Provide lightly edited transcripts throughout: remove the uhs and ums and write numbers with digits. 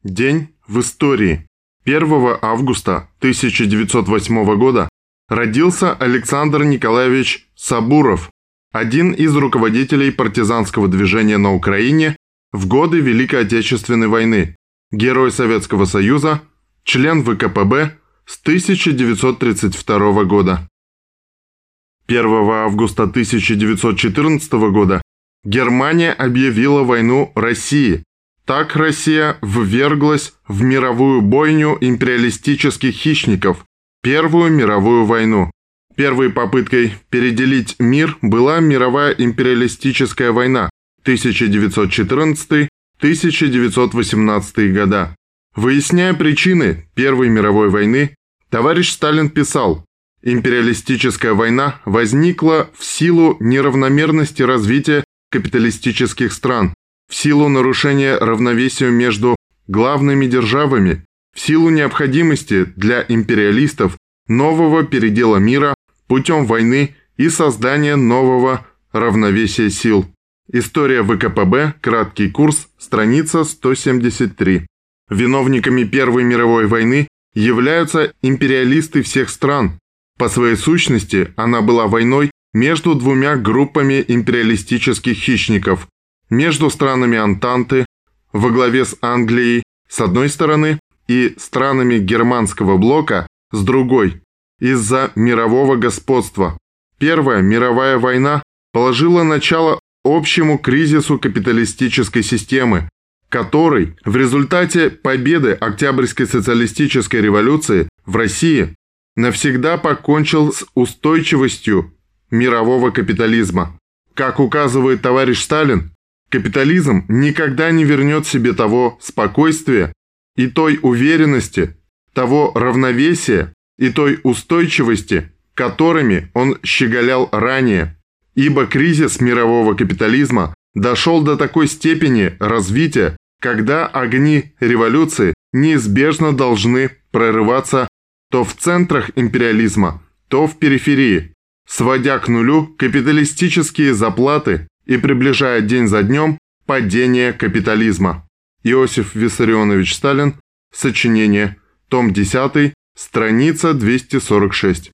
День в истории. 1 августа 1908 года родился Александр Николаевич Сабуров, один из руководителей партизанского движения на Украине в годы Великой Отечественной войны, герой Советского Союза, член ВКПБ с 1932 года. 1 августа 1914 года Германия объявила войну России. Так Россия вверглась в мировую бойню империалистических хищников, Первую мировую войну. Первой попыткой переделить мир была мировая империалистическая война 1914-1918 года. Выясняя причины Первой мировой войны, товарищ Сталин писал: «Империалистическая война возникла в силу неравномерности развития капиталистических стран, в силу нарушения равновесия между главными державами, в силу необходимости для империалистов нового передела мира путем войны и создания нового равновесия сил». История ВКПБ, краткий курс, страница 173. Виновниками Первой мировой войны являются империалисты всех стран. По своей сущности она была войной между двумя группами империалистических хищников, между странами Антанты во главе с Англией с одной стороны и странами Германского блока с другой, из-за мирового господства. Первая мировая война положила начало общему кризису капиталистической системы, который в результате победы Октябрьской социалистической революции в России навсегда покончил с устойчивостью мирового капитализма. Как указывает товарищ Сталин, капитализм никогда не вернет себе того спокойствия и той уверенности, того равновесия и той устойчивости, которыми он щеголял ранее, ибо кризис мирового капитализма дошел до такой степени развития, когда огни революции неизбежно должны прорываться то в центрах империализма, то в периферии, сводя к нулю капиталистические заплаты и приближая день за днем падение капитализма. Иосиф Виссарионович Сталин. Сочинение. Том 10. Страница 246.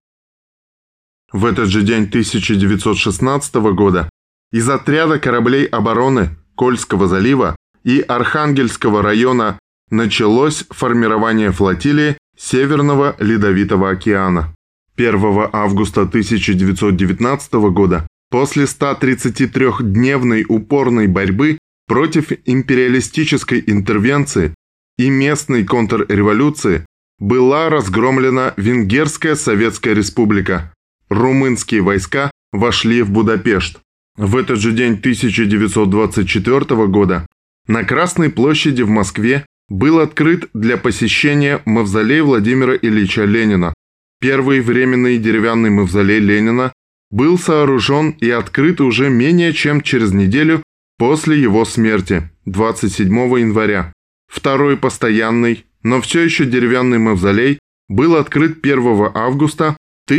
В этот же день 1916 года из отряда кораблей обороны Кольского залива и Архангельского района началось формирование флотилии Северного Ледовитого океана. 1 августа 1919 года, после 133-дневной упорной борьбы против империалистической интервенции и местной контрреволюции, была разгромлена Венгерская Советская Республика. Румынские войска вошли в Будапешт. В этот же день 1924 года на Красной площади в Москве был открыт для посещения мавзолей Владимира Ильича Ленина. Первый временный деревянный мавзолей Ленина был сооружен и открыт уже менее чем через неделю после его смерти, 27 января. Второй постоянный, но все еще деревянный мавзолей был открыт 1 августа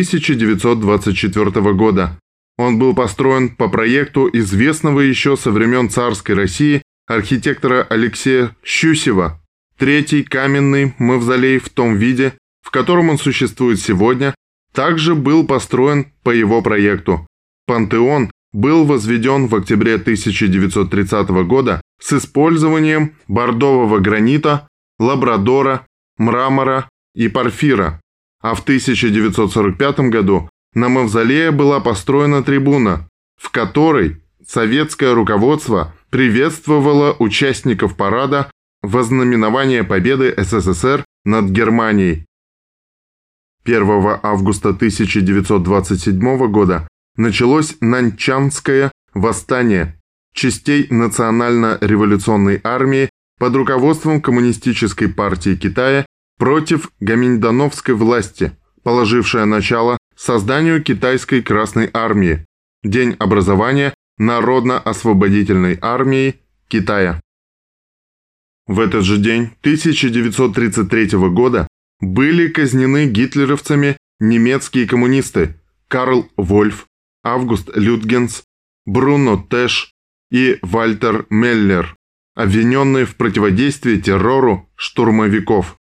1924 года. Он был построен по проекту известного еще со времен царской России архитектора Алексея Щусева. Третий каменный мавзолей в том виде, в котором он существует сегодня, также был построен по его проекту. Пантеон был возведен в октябре 1930 года с использованием бордового гранита, лабрадора, мрамора и порфира, а в 1945 году на мавзолее была построена трибуна, в которой советское руководство приветствовало участников парада во знаменование победы СССР над Германией. 1 августа 1927 года началось Наньчанское восстание частей Национально-революционной армии под руководством Коммунистической партии Китая против гоминдановской власти, положившее начало созданию Китайской Красной армии, день образования Народно-освободительной армии Китая. В этот же день 1933 года были казнены гитлеровцами немецкие коммунисты Карл Вольф, Август Людгенс, Бруно Тэш и Вальтер Меллер. обвиненные в противодействии террору штурмовиков.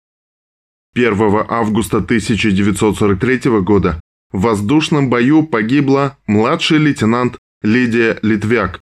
1 августа 1943 года в воздушном бою погибла младший лейтенант Лидия Литвяк,